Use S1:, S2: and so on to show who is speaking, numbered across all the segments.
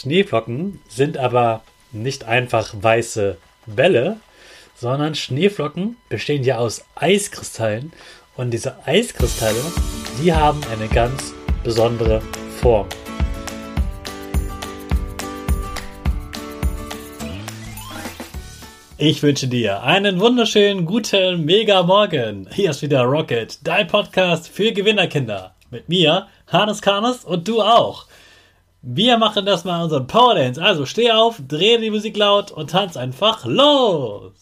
S1: Schneeflocken sind aber nicht einfach weiße Bälle, sondern Schneeflocken bestehen ja aus Eiskristallen und diese Eiskristalle, die haben eine ganz besondere Form. Ich wünsche dir einen wunderschönen, guten, mega Morgen. Hier ist wieder Rocket, dein Podcast für Gewinnerkinder. Mit mir, Hannes Karnes und du auch. Wir machen das mal unseren Power Dance. Also steh auf, dreh die Musik laut und tanz einfach los.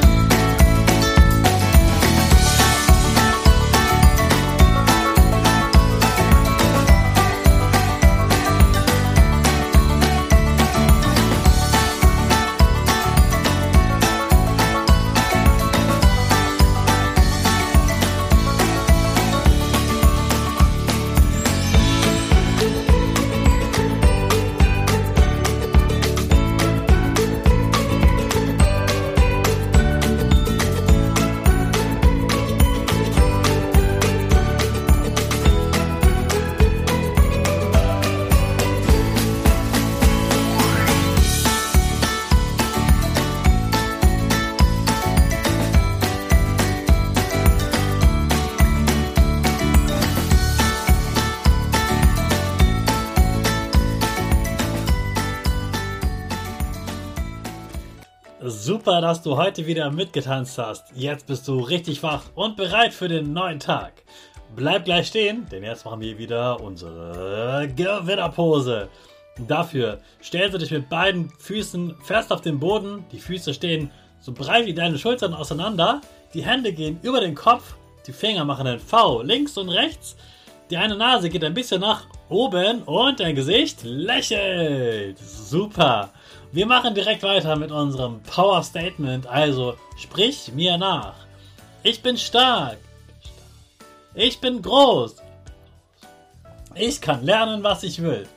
S1: Super, dass du heute wieder mitgetanzt hast. Jetzt bist du richtig wach und bereit für den neuen Tag. Bleib gleich stehen, denn jetzt machen wir wieder unsere Gewinnerpose. Dafür stellst du dich mit beiden Füßen fest auf den Boden. Die Füße stehen so breit wie deine Schultern auseinander. Die Hände gehen über den Kopf. Die Finger machen ein V links und rechts. Die eine Nase geht ein bisschen nach oben und dein Gesicht lächelt. Super. Wir machen direkt weiter mit unserem Power Statement. Also sprich mir nach. Ich bin stark. Ich bin groß. Ich kann lernen, was ich will.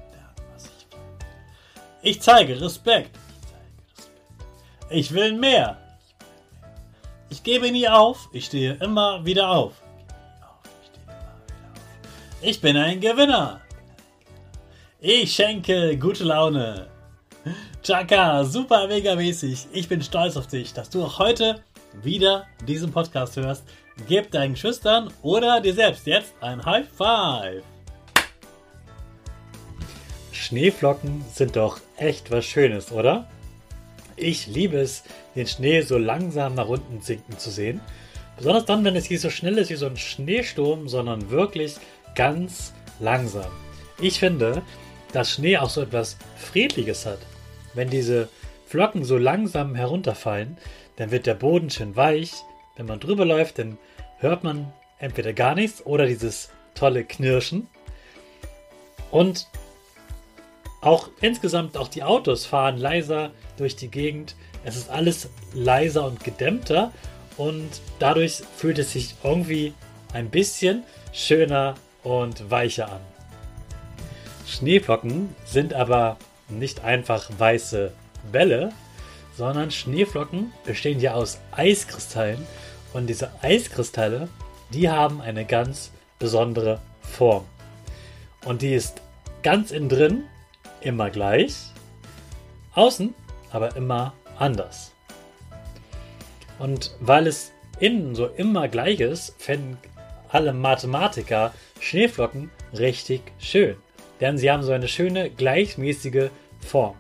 S1: Ich zeige Respekt. Ich will mehr. Ich gebe nie auf. Ich stehe immer wieder auf. Ich bin ein Gewinner. Ich schenke gute Laune. Chaka, super mega mäßig. Ich bin stolz auf dich, dass du auch heute wieder diesen Podcast hörst. Gib deinen Geschwistern oder dir selbst jetzt ein High Five. Schneeflocken sind doch echt was Schönes, oder? Ich liebe es, den Schnee so langsam nach unten sinken zu sehen. Besonders dann, wenn es nicht so schnell ist wie so ein Schneesturm, sondern wirklich ganz langsam. Ich finde, dass Schnee auch so etwas Friedliches hat. Wenn diese Flocken so langsam herunterfallen, dann wird der Boden schön weich. Wenn man drüber läuft, dann hört man entweder gar nichts oder dieses tolle Knirschen. Und auch insgesamt auch die Autos fahren leiser durch die Gegend. Es ist alles leiser und gedämmter und dadurch fühlt es sich irgendwie ein bisschen schöner und weicher an. Schneeflocken sind aber nicht einfach weiße Bälle, sondern Schneeflocken bestehen ja aus Eiskristallen und diese Eiskristalle, die haben eine ganz besondere Form. Und die ist ganz innen drin immer gleich, außen aber immer anders. Und weil es innen so immer gleich ist, finden alle Mathematiker Schneeflocken richtig schön. Denn sie haben so eine schöne, gleichmäßige Form.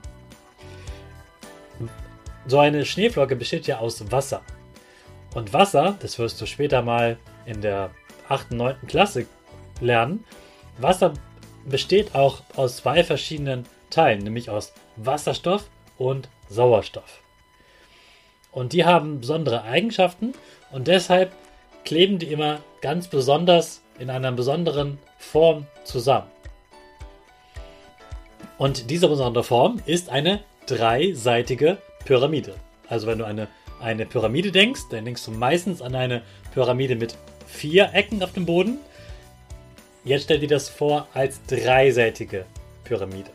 S1: So eine Schneeflocke besteht ja aus Wasser. Und Wasser, das wirst du später mal in der 8. und 9. Klasse lernen, Wasser besteht auch aus zwei verschiedenen Teilen, nämlich aus Wasserstoff und Sauerstoff. Und die haben besondere Eigenschaften und deshalb kleben die immer ganz besonders in einer besonderen Form zusammen. Und diese besondere Form ist eine dreiseitige Pyramide. Also wenn du eine Pyramide denkst, dann denkst du meistens an eine Pyramide mit 4 Ecken auf dem Boden. Jetzt stell dir das vor als dreiseitige Pyramide.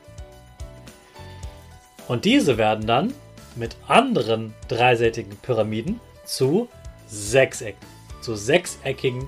S1: Und diese werden dann mit anderen dreiseitigen Pyramiden zu Sechsecken, zu sechseckigen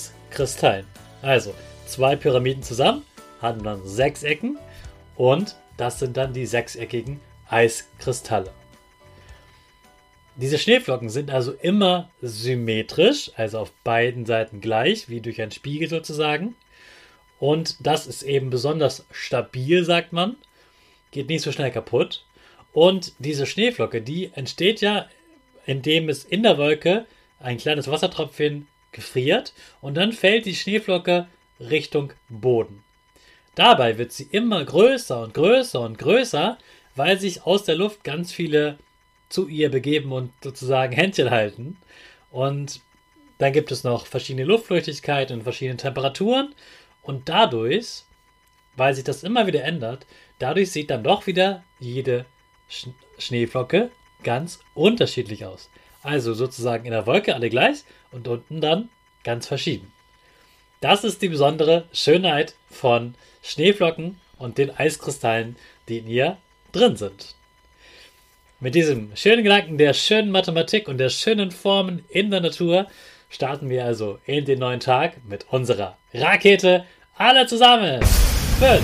S1: Eiskristallen. Also 2 Pyramiden zusammen haben dann 6 Ecken und das sind dann die sechseckigen Eiskristalle. Diese Schneeflocken sind also immer symmetrisch, also auf beiden Seiten gleich, wie durch einen Spiegel sozusagen. Und das ist eben besonders stabil, sagt man. Geht nicht so schnell kaputt. Und diese Schneeflocke, die entsteht ja, indem es in der Wolke ein kleines Wassertröpfchen gefriert und dann fällt die Schneeflocke Richtung Boden. Dabei wird sie immer größer und größer und größer, weil sich aus der Luft ganz viele zu ihr begeben und sozusagen Händchen halten. Und dann gibt es noch verschiedene Luftfeuchtigkeiten und verschiedene Temperaturen. Und dadurch, weil sich das immer wieder ändert, dadurch sieht dann doch wieder jede Schneeflocke ganz unterschiedlich aus. Also sozusagen in der Wolke alle gleich und unten dann ganz verschieden. Das ist die besondere Schönheit von Schneeflocken und den Eiskristallen, die in ihr drin sind. Mit diesem schönen Gedanken der schönen Mathematik und der schönen Formen in der Natur starten wir also in den neuen Tag mit unserer Rakete. Alle zusammen. 5,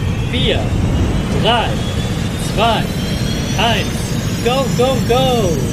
S1: 4, 3, 2, 1. Go, go, go!